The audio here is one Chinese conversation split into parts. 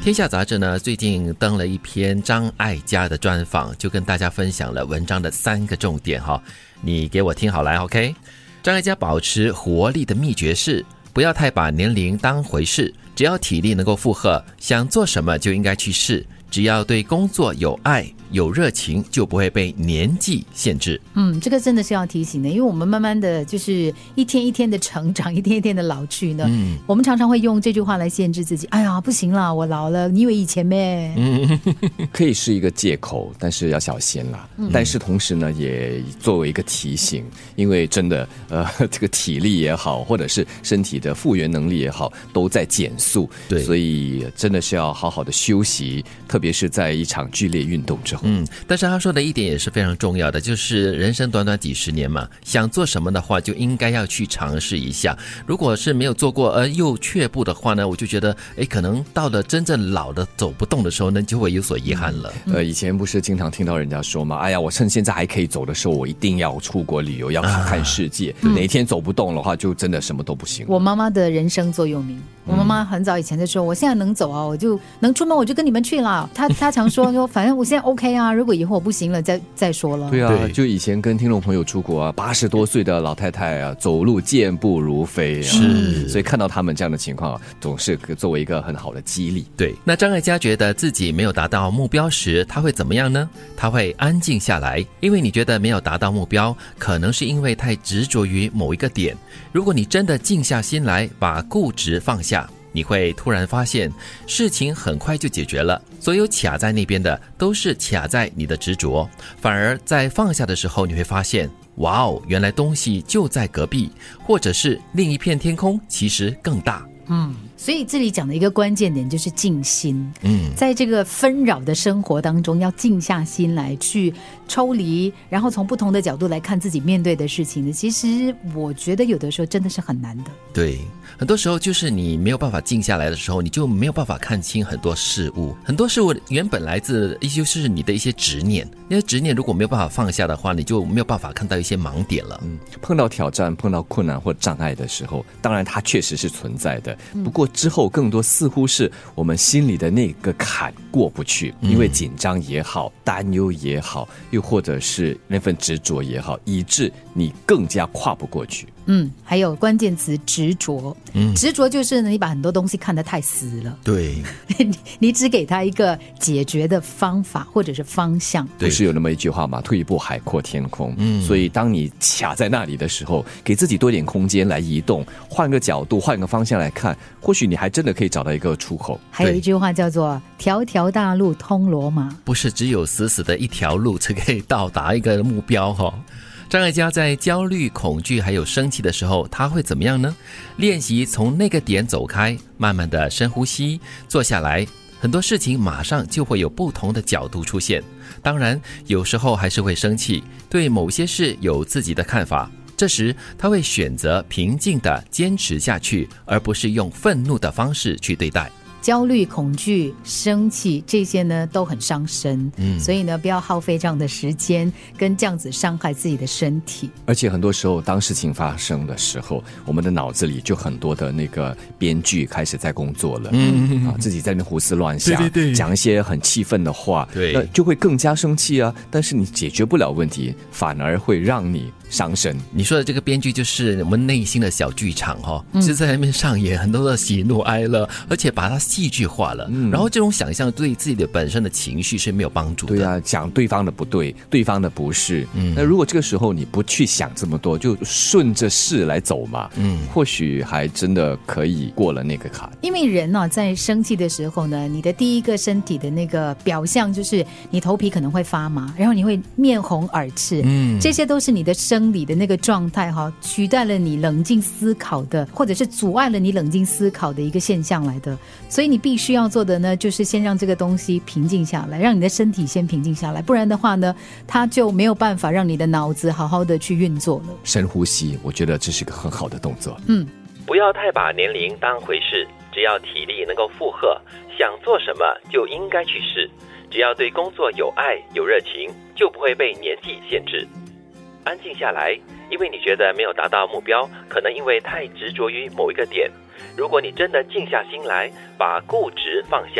天下杂志呢最近登了一篇张艾嘉的专访，就跟大家分享了文章的3个重点哈，你给我听好来 OK。 张艾嘉保持活力的秘诀是不要太把年龄当回事，只要体力能够负荷，想做什么就应该去试，只要对工作有爱有热情，就不会被年纪限制。 这个真的是要提醒的，因为我们慢慢的就是一天一天的成长，一天一天的老去呢，我们常常会用这句话来限制自己，哎呀不行啦，我老了，你以为以前咩？ 可以是一个借口，但是要小心啦。但是同时呢，也作为一个提醒，因为真的这个体力也好，或者是身体的复原能力也好，都在减速。 对， 所以真的是要好好的休息，特别是在一场剧烈运动之后。 但是他说的一点也是非常重要的，就是人生短短几十年嘛，想做什么的话就应该要去尝试一下。如果是没有做过而又却步的话呢，我就觉得可能到了真正老的走不动的时候呢，就会有所遗憾了。 以前不是经常听到人家说嘛，哎呀我趁现在还可以走的时候，我一定要出国旅游，要看看世界，哪一天走不动的话就真的什么都不行。 我妈妈的人生座右铭，我妈妈很早以前就说，我现在能走啊，我就能出门，我就跟你们去了。她常说反正我现在 OK 啊，如果以后我不行了再说了。 对啊，就以前跟听众朋友出国啊，80多岁的老太太啊，走路健步如飞啊， 是， 所以看到他们这样的情况，总是作为一个很好的激励。 对，那张艾嘉觉得自己没有达到目标时，他会怎么样呢？他会安静下来，因为你觉得没有达到目标，可能是因为太执着于某一个点。如果你真的静下心来，把固执放下，你会突然发现事情很快就解决了，所有卡在那边的都是卡在你的执着，反而在放下的时候，你会发现哇哦，原来东西就在隔壁，或者是另一片天空其实更大。 所以这里讲的一个关键点就是静心。在这个纷扰的生活当中，要静下心来去抽离，然后从不同的角度来看自己面对的事情呢，其实我觉得有的时候真的是很难的。 对，很多时候就是你没有办法静下来的时候，你就没有办法看清很多事物。很多事物原本来自就是你的一些执念，因为执念如果没有办法放下的话，你就没有办法看到一些盲点了。 碰到挑战、碰到困难或障碍的时候，当然它确实是存在的，不过之后更多似乎是我们心里的那个坎过不去，因为紧张也好，担忧也好，又或者是那份执着也好，以致你更加跨不过去。 还有关键词执着。执着就是你把很多东西看得太死了。 对， 你只给他一个解决的方法或者是方向。 不是有那么一句话嘛，退一步海阔天空。所以当你卡在那里的时候，给自己多点空间来移动，换个角度，换个方向来看，或许你还真的可以找到一个出口。 还有一句话叫做条条大路通罗马， 不是只有死死的一条路才可以到达一个目标。张艾嘉在焦虑、恐惧还有生气的时候，他会怎么样呢？练习从那个点走开，慢慢的深呼吸，坐下来，很多事情马上就会有不同的角度出现。当然有时候还是会生气，对某些事有自己的看法，这时他会选择平静的坚持下去，而不是用愤怒的方式去对待。 焦虑、恐惧、生气这些呢都很伤身，所以呢不要耗费这样的时间跟这样子伤害自己的身体。 而且很多时候当事情发生的时候，我们的脑子里就很多的那个编剧开始在工作了，自己在那边胡思乱想，讲一些很气愤的话，那就会更加生气啊。但是你解决不了问题，反而会让你伤身。 你说的这个编剧就是我们内心的小剧场就在那边上演很多的喜怒哀乐，而且把它戏剧化了，然后这种想象对自己的本身的情绪是没有帮助的。 对啊，讲对方的不对，对方的不是，那如果这个时候你不去想这么多，就顺着事来走嘛，或许还真的可以过了那个坎。 因为人在生气的时候呢，你的第一个身体的那个表象就是你头皮可能会发麻，然后你会面红耳赤，这些都是你的生理的那个状态取代了你冷静思考的，或者是阻碍了你冷静思考的一个现象来的。所以你必须要做的呢，就是先让这个东西平静下来，让你的身体先平静下来，不然的话呢，它就没有办法让你的脑子好好的去运作了。 深呼吸，我觉得这是个很好的动作。 不要太把年龄当回事，只要体力能够负荷，想做什么就应该去试，只要对工作有爱有热情，就不会被年纪限制。安静下来，因为你觉得没有达到目标，可能因为太执着于某一个点。如果你真的静下心来，把固执放下，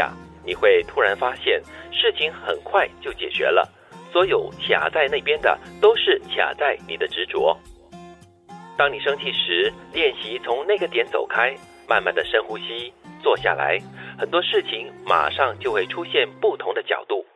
你会突然发现事情很快就解决了，所有卡在那边的都是卡在你的执着。当你生气时，练习从那个点走开，慢慢的深呼吸，坐下来，很多事情马上就会出现不同的角度。